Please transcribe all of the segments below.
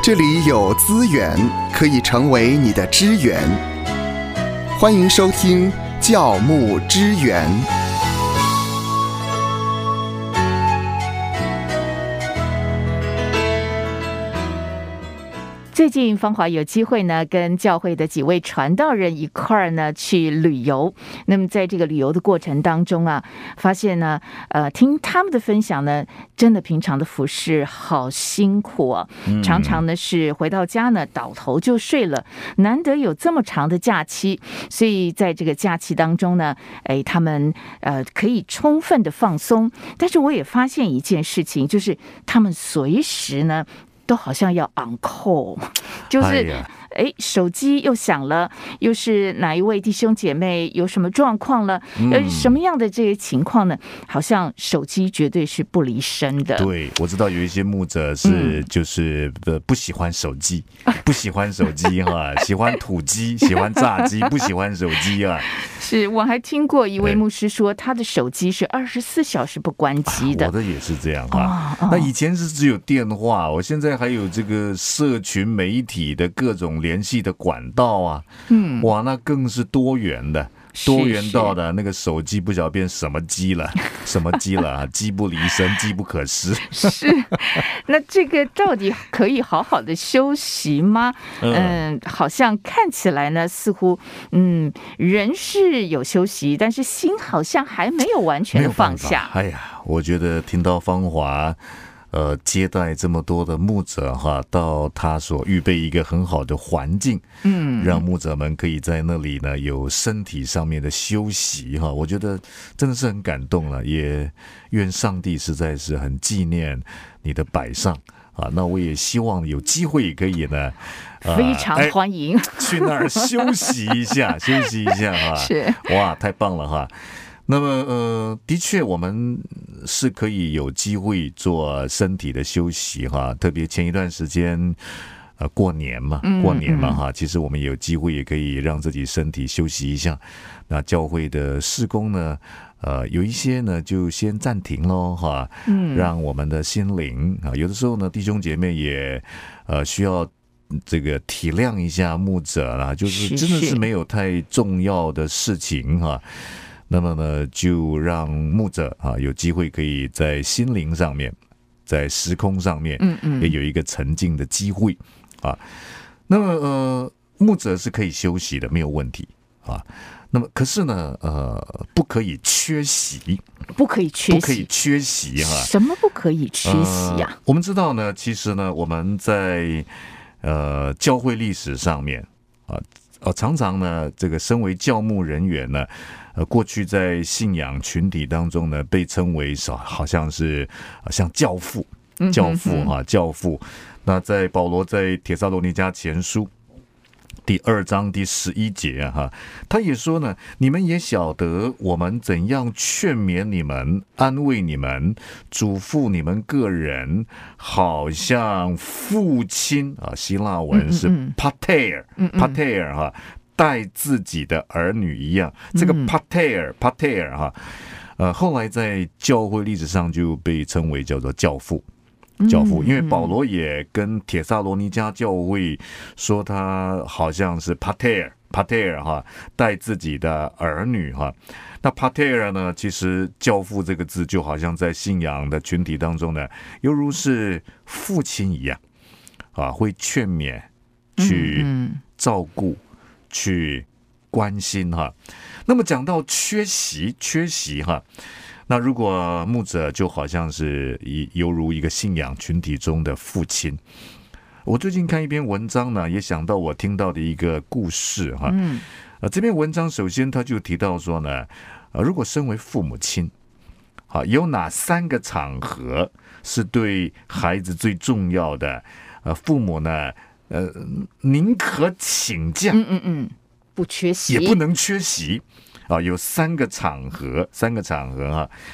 这里有资源可以成为你的支援。欢迎收听教牧支援。 最近芳华有机会呢，跟教会的几位传道人一块儿呢去旅游。那么在这个旅游的过程当中啊，发现呢，听他们的分享呢，真的平常的服事好辛苦啊，常常呢是回到家呢倒头就睡了，难得有这么长的假期，所以在这个假期当中呢，他们可以充分的放松。但是我也发现一件事情，就是他们随时呢，都好像要 on call， 就是手机又响了，又是哪一位弟兄姐妹有什么状况了，什么样的这些情况呢？好像手机绝对是不离身的。 对，我知道有一些牧者是就是不喜欢手机，不喜欢手机哈，喜欢土鸡，喜欢炸鸡，不喜欢手机啊。 是，我还听过一位牧师说，他的手机是24小时不关机的。 我的也是这样哈。那以前是只有电话，我现在还有这个社群媒体的各种联系的管道啊。哇，那更是多元的。多元到的那个手机不晓得变什么机了，什么机了啊？机不离身，机不可失。 是，那这个到底可以好好的休息吗？好像看起来呢，似乎人是有休息，但是心好像还没有完全的放下。 哎呀，我觉得听到芳华接待这么多的牧者哈，到他所预备一个很好的环境，让牧者们可以在那里呢有身体上面的休息哈，我觉得真的是很感动了，也愿上帝实在是很纪念你的摆上啊。那我也希望有机会可以呢， 非常欢迎去那儿休息一下，休息一下哈。 是， 哇，太棒了哈。那么的确我们是可以有机会做身体的休息哈，特别前一段时间过年嘛哈，其实我们有机会也可以让自己身体休息一下。那教会的事工呢，有一些呢就先暂停咯哈，让我们的心灵啊，有的时候呢弟兄姐妹也需要这个体谅一下牧者啦，就是真的是没有太重要的事情哈。那么呢，就让牧者有机会可以在心灵上面，在时空上面，也有一个沉浸的机会啊。那么牧者是可以休息的，没有问题啊。那么可是呢，不可以缺席， 不可以缺席哈。 什么不可以缺席啊？ 我们知道呢，其实呢，我们在教会历史上面常常呢，这个身为教牧人员呢，过去在信仰群体当中呢，被称为好像是像教父。那在保罗在帖撒罗尼迦前书第2章第11节哈，他也说呢，你们也晓得我们怎样劝勉你们、安慰你们、嘱咐你们个人，好像父亲啊，希腊文是 pater 哈，带自己的儿女一样。这个 pater 哈，后来在教会历史上就被称为叫做教父。因为保罗也跟帖撒罗尼迦教会说他好像是 pater 哈，带自己的儿女哈。那 pater 呢，其实教父这个字就好像在信仰的群体当中呢，犹如是父亲一样啊，会劝勉、去照顾、去关心哈。那么讲到缺席哈。那如果牧者就好像是犹如一个信仰群体中的父亲。我最近看一篇文章呢，也想到我听到的一个故事哈。这篇文章首先他就提到说呢，如果身为父母亲，有哪3个场合是对孩子最重要的？父母呢，宁可请假， 不缺席， 也不能缺席。有3个场合哈，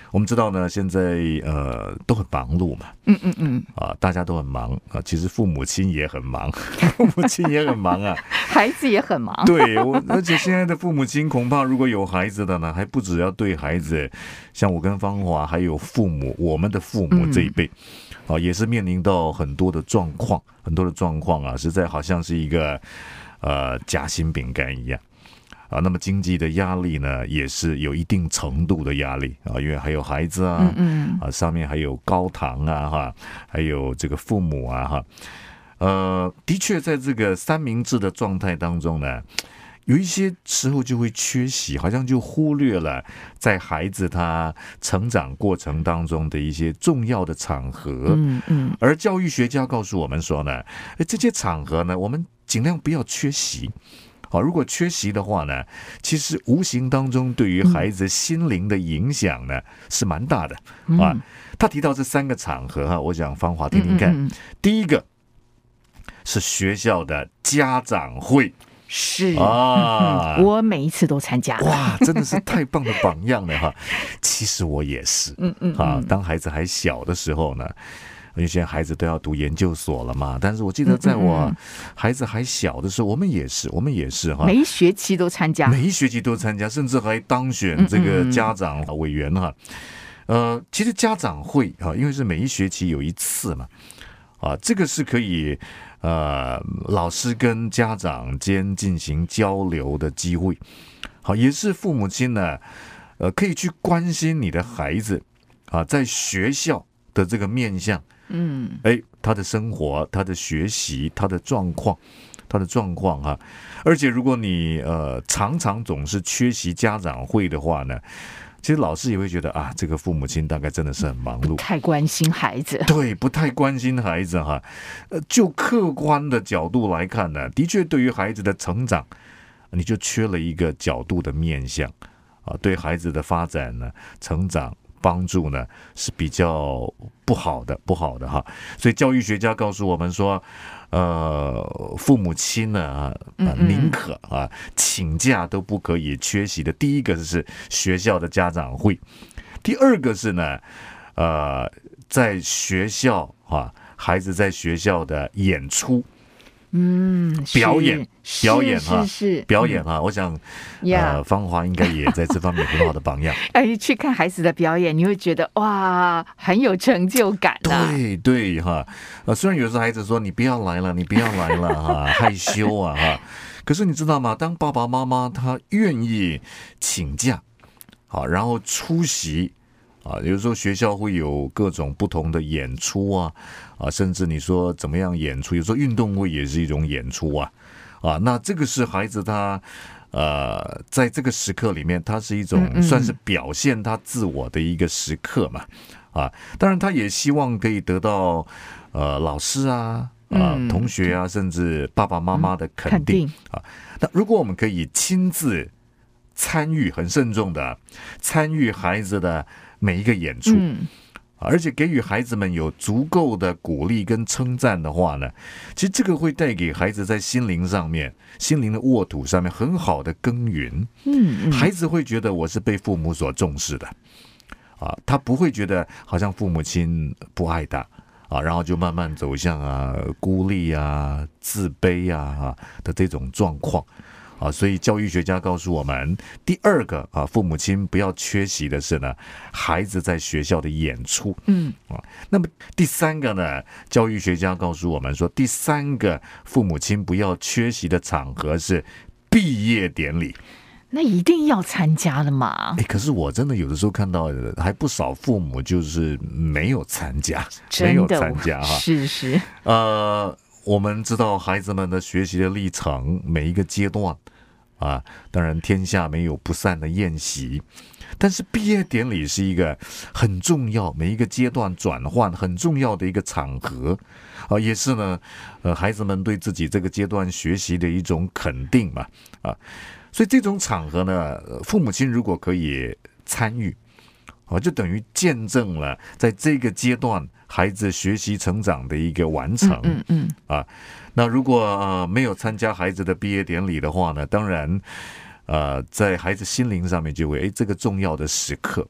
我们知道呢，现在都很忙碌嘛，大家都很忙啊，其实父母亲也很忙，父母亲也很忙啊， 孩子也很忙。 对，而且现在的父母亲恐怕如果有孩子的呢，还不只要对孩子，像我跟芳华还有父母，我们的父母这一辈，也是面临到很多的状况啊，实在好像是一个夹心饼干一样。那么经济的压力呢，也是有一定程度的压力啊，因为还有孩子啊，上面还有高堂啊，还有这个父母啊，的确在这个三明治的状态当中呢，有一些时候就会缺席，好像就忽略了在孩子他成长过程当中的一些重要的场合。而教育学家告诉我们说呢，这些场合呢，我们尽量不要缺席。如果缺席的话呢，其实无形当中对于孩子心灵的影响呢是蛮大的啊。他提到这3个场合我想芳华听听看。第一个是学校的家长会。 是啊，我每一次都参加。 哇，真的是太棒的榜样了哈！其实我也是，当孩子还小的时候呢。因为现在孩子都要读研究所了嘛，但是我记得在我孩子还小的时候，我们也是哈， 每一学期都参加， 甚至还当选这个家长委员哈。其实家长会因为是每一学期有一次嘛，这个是可以老师跟家长间进行交流的机会，也是父母亲呢可以去关心你的孩子在学校的这个面向。他的生活，他的学习，他的状况而且如果你常常总是缺席家长会的话呢，其实老师也会觉得这个父母亲大概真的是很忙碌， 不太关心孩子。 对，不太关心孩子哈。就客观的角度来看呢，的确对于孩子的成长，你就缺了一个角度的面向对孩子的发展呢，成长。帮助呢是比较不好的哈，所以教育学家告诉我们说，父母亲呢宁可请假都不可以缺席的。第一个是学校的家长会，第二个是呢，在学校孩子在学校的演出。表演哈，我想芳华应该也在这方面很好的榜样。 去看孩子的表演，你会觉得哇，很有成就感对哈，虽然有时候孩子说你不要来了哈，害羞哈，可是你知道吗？当爸爸妈妈他愿意请假然后出席。有时候学校会有各种不同的演出甚至你说怎么样演出，有时候运动会也是一种演出那这个是孩子他在这个时刻里面，他是一种算是表现他自我的一个时刻嘛当然他也希望可以得到老师同学甚至爸爸妈妈的肯定那如果我们可以亲自参与，很慎重的参与孩子的每一个演出，而且给予孩子们有足够的鼓励跟称赞的话呢，其实这个会带给孩子在心灵的沃土上面很好的耕耘。孩子会觉得我是被父母所重视的他不会觉得好像父母亲不爱他然后就慢慢走向孤立自卑的这种状况。所以教育学家告诉我们，第二个父母亲不要缺席的是呢，孩子在学校的演出。那么第三个呢，教育学家告诉我们说，第三个父母亲不要缺席的场合是毕业典礼。 那一定要参加的嘛？ 可是我真的有的时候看到还不少父母就是没有参加， 是。 我们知道孩子们的学习的历程，每一个阶段当然天下没有不散的宴席，但是毕业典礼是一个很重要，每一个阶段转换很重要的一个场合也是呢孩子们对自己这个阶段学习的一种肯定嘛所以这种场合呢，父母亲如果可以参与就等于见证了在这个阶段孩子学习成长的一个完成。那如果没有参加孩子的毕业典礼的话呢，当然在孩子心灵上面就会这个重要的时刻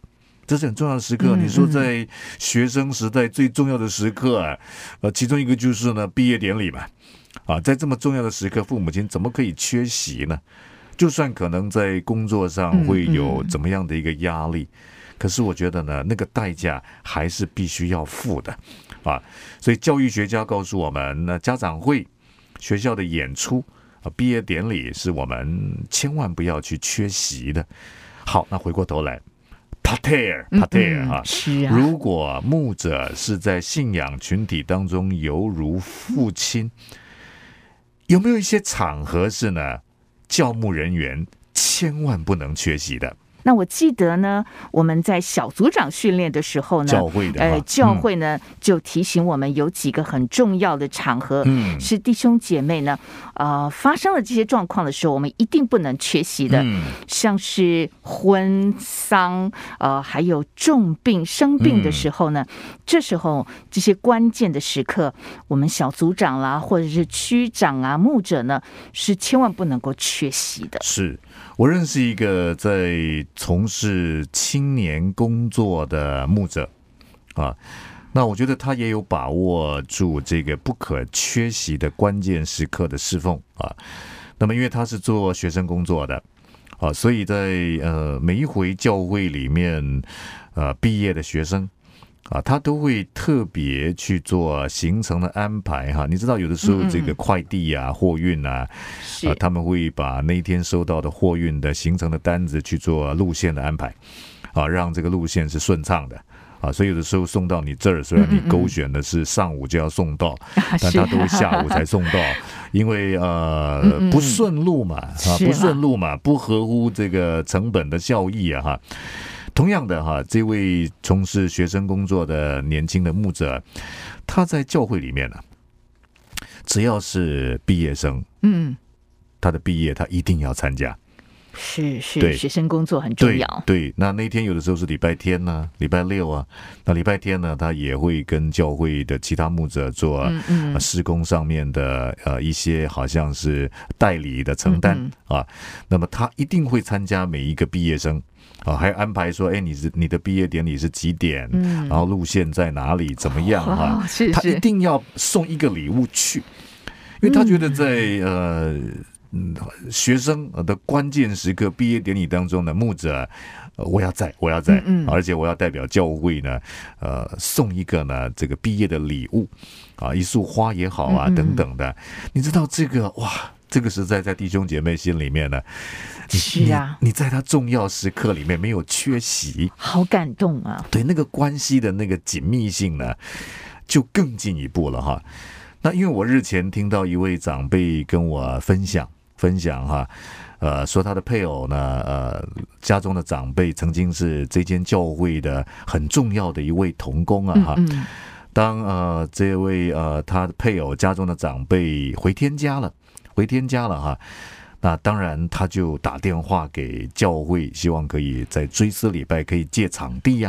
这是很重要的时刻。你说在学生时代最重要的时刻其中一个就是呢毕业典礼嘛。在这么重要的时刻，父母亲怎么可以缺席呢？就算可能在工作上会有怎么样的一个压力，可是我觉得呢，那个代价还是必须要付的所以教育学家告诉我们，那家长会、学校的演出毕业典礼是我们千万不要去缺席的。好，那回过头来，pater 是啊， 如果牧者是在信仰群体当中犹如父亲，有没有一些场合是呢，教牧人员千万不能缺席的？ 那我记得呢，我们在小组长训练的时候呢，教会呢就提醒我们有几个很重要的场合，是弟兄姐妹呢，发生了这些状况的时候，我们一定不能缺席的，像是婚丧，还有重病生病的时候呢，这时候这些关键的时刻，我们小组长啦，或者是区长啊、牧者呢，是千万不能够缺席的。 是我认识一个在从事青年工作的牧者那我觉得他也有把握住这个不可缺席的关键时刻的侍奉那么因为他是做学生工作的所以在每一回教会里面毕业的学生他都会特别去做行程的安排你知道有的时候这个快递货运他们会把那一天收到的货运的行程的单子去做路线的安排让这个路线是顺畅的所以有的时候送到你这儿，虽然你勾选的是上午就要送到，但他都会下午才送到，因为不顺路嘛不顺路嘛，不合乎这个成本的效益同样的这位从事学生工作的年轻的牧者，他在教会里面只要是毕业生他的毕业他一定要参加， 是学生工作很重要。 对，那天有的时候是礼拜天礼拜六那礼拜天呢，他也会跟教会的其他牧者做施工上面的一些好像是代理的承担那么他一定会参加每一个毕业生还安排说你的毕业典礼是几点然后路线在哪里怎么样他一定要送一个礼物去，因为他觉得在学生的关键时刻毕业典礼当中呢，牧者我要在而且我要代表教会呢送一个呢这个毕业的礼物一束花也好等等的，你知道这个哇，这个实在在弟兄姐妹心里面呢，你在他重要时刻里面没有缺席， 好感动啊！ 对，那个关系的那个紧密性呢，就更进一步了那因为我日前听到一位长辈跟我分享说他的配偶呢，家中的长辈曾经是这间教会的很重要的一位同工当这位他的配偶家中的长辈回天家了那当然他就打电话给教会，希望可以在追思礼拜可以借场地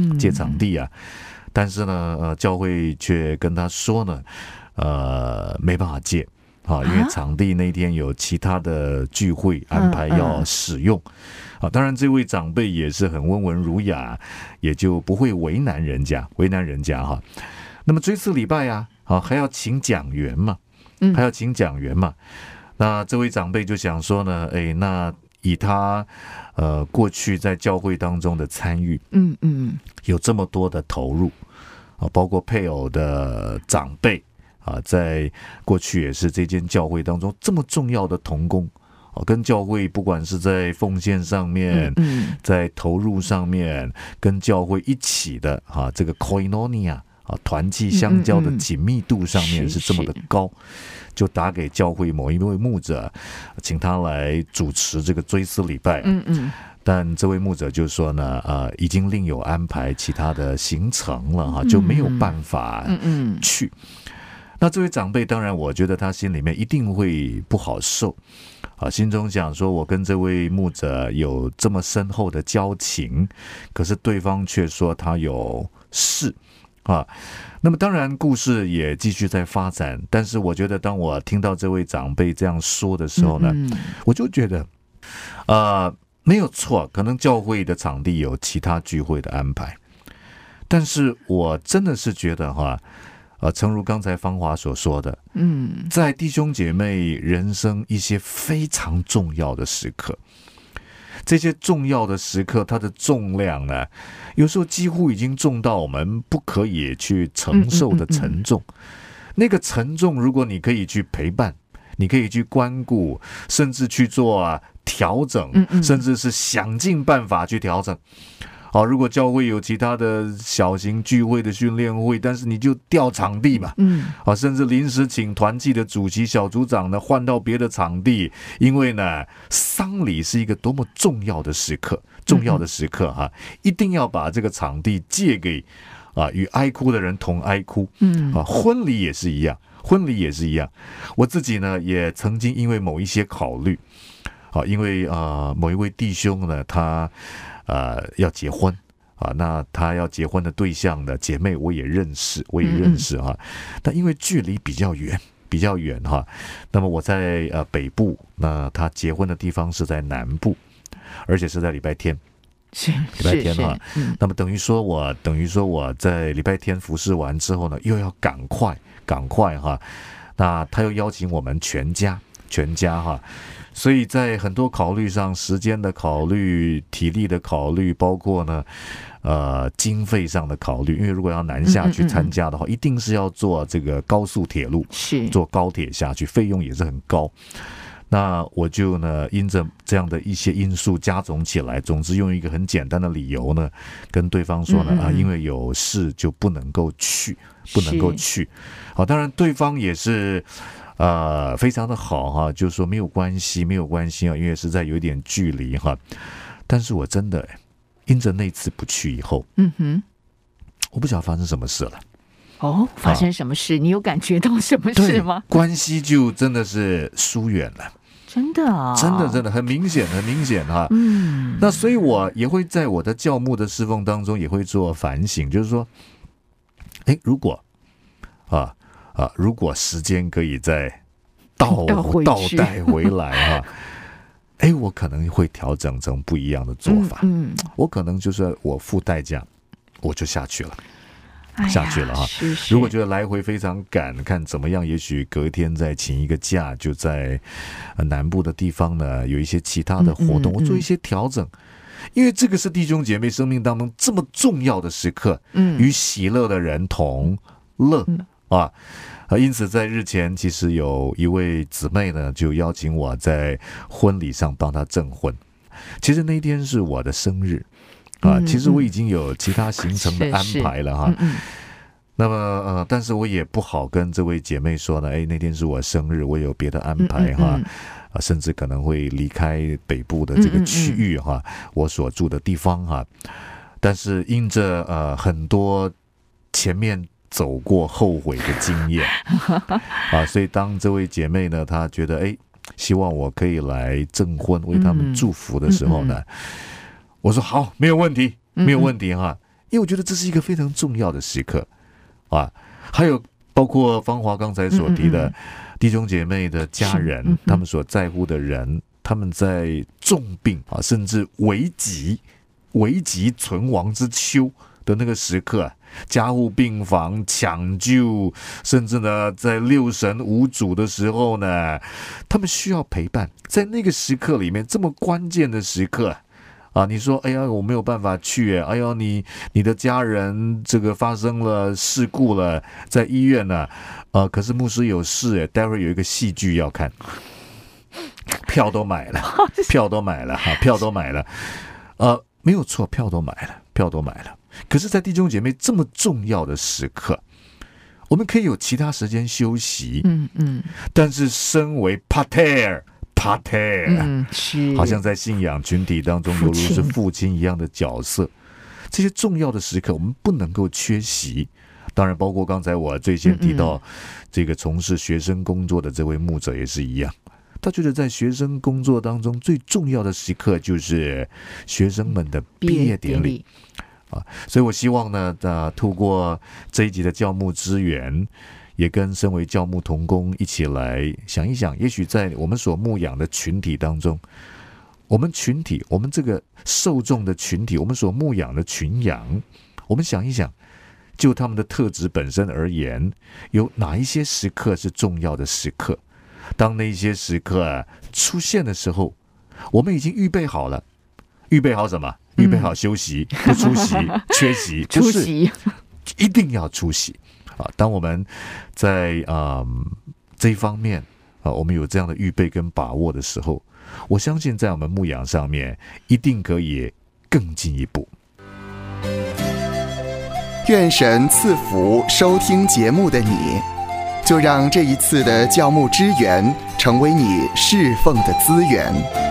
但是呢教会却跟他说呢没办法借因为场地那天有其他的聚会安排要使用当然这位长辈也是很温文儒雅，也就不会为难人家那么追思礼拜还要请讲员嘛那这位长辈就想说呢那以他过去在教会当中的参与有这么多的投入包括配偶的长辈在过去也是这间教会当中这么重要的同工跟教会不管是在奉献上面在投入上面跟教会一起的这个 koinonia 团契相交的紧密度上面是这么的高，就打给教会某一位牧者，请他来主持这个追思礼拜但这位牧者就说呢已经另有安排其他的行程了就没有办法去那这位长辈当然我觉得他心里面一定会不好受心中想说我跟这位牧者有这么深厚的交情，可是对方却说他有事那么当然故事也继续在发展，但是我觉得当我听到这位长辈这样说的时候呢我就觉得没有错，可能教会的场地有其他聚会的安排，但是我真的是觉得诚如刚才芳华所说的，在弟兄姐妹人生一些非常重要的时刻，这些重要的时刻，它的重量呢，有时候几乎已经重到我们不可以去承受的沉重。那个沉重，如果你可以去陪伴，你可以去关顾，甚至去做调整，甚至是想尽办法去调整。如果教会有其他的小型聚会的训练会，但是你就调场地嘛，甚至临时请团契的主席、小组长呢换到别的场地，因为呢，丧礼是一个多么重要的时刻，一定要把这个场地借给与哀哭的人同哀哭，婚礼也是一样，我自己呢也曾经因为某一些考虑，因为某一位弟兄呢，他要结婚那他要结婚的对象的姐妹我也认识但因为距离比较远那么我在北部，那他结婚的地方是在南部，而且是在礼拜天那么等于说我在礼拜天服侍完之后呢，又要赶快那他又邀请我们全家所以在很多考虑上，时间的考虑、体力的考虑，包括呢经费上的考虑，因为如果要南下去参加的话，一定是要坐这个高速铁路，坐高铁下去，费用也是很高。那我就呢因着这样的一些因素加总起来，总之用一个很简单的理由呢跟对方说呢因为有事就不能够去。当然对方也是非常的好就是说没有关系因为实在有一点距离但是我真的因着那次不去以后，我不晓得发生什么事了。 发生什么事？你有感觉到什么事吗？ 关系就真的是疏远了。真的很明显那所以我也会在我的教牧的侍奉当中也会做反省，就是说如果如果时间可以再倒带回来我可能会调整成不一样的做法。我可能就是我付代价我就下去了是如果觉得来回非常赶，看怎么样，也许隔天再请一个假，就在南部的地方呢有一些其他的活动，我做一些调整。因为这个是弟兄姐妹生命当中这么重要的时刻，与喜乐的人同乐因此在日前其实有一位姊妹呢就邀请我在婚礼上帮她证婚。其实那天是我的生日其实我已经有其他行程的安排了那么但是我也不好跟这位姐妹说呢，那天是我生日，我有别的安排甚至可能会离开北部的这个区域我所住的地方但是因着很多前面走过后悔的经验所以当这位姐妹呢她觉得希望我可以来证婚为他们祝福的时候呢，我说好，没有问题因为我觉得这是一个非常重要的时刻还有包括芳华刚才所提的弟兄姐妹的家人，他们所在乎的人，他们在重病甚至危急存亡之秋的那个时刻，加护病房抢救，甚至呢在六神无主的时候呢，他们需要陪伴。在那个时刻里面，这么关键的时刻你说我没有办法去你的家人这个发生了事故了，在医院呢可是牧师有事待会儿有一个戏剧要看，票都买了没有错，票都买了。可是在弟兄姐妹这么重要的时刻，我们可以有其他时间休息但是身为 pater好像在信仰群体当中犹如是父亲一样的角色，这些重要的时刻我们不能够缺席。当然包括刚才我最先提到这个从事学生工作的这位牧者也是一样，他觉得在学生工作当中最重要的时刻就是学生们的毕业典礼所以我希望呢透过这一集的教牧支援，也跟身为教牧同工一起来想一想，也许在我们所牧养的群体当中， 我们群体，我们这个受众的群体，我们所牧养的群羊，我们想一想，就他们的特质本身而言，有哪一些时刻是重要的时刻？当那些时刻出现的时候，我们已经预备好了。预备好什么？预备好休息，不出席，缺席，不是， 出席一定要出席啊！当我们在这一方面我们有这样的预备跟把握的时候，我相信在我们牧养上面一定可以更进一步。 愿神赐福收听节目的你，就让这一次的教牧支援成为你侍奉的资源。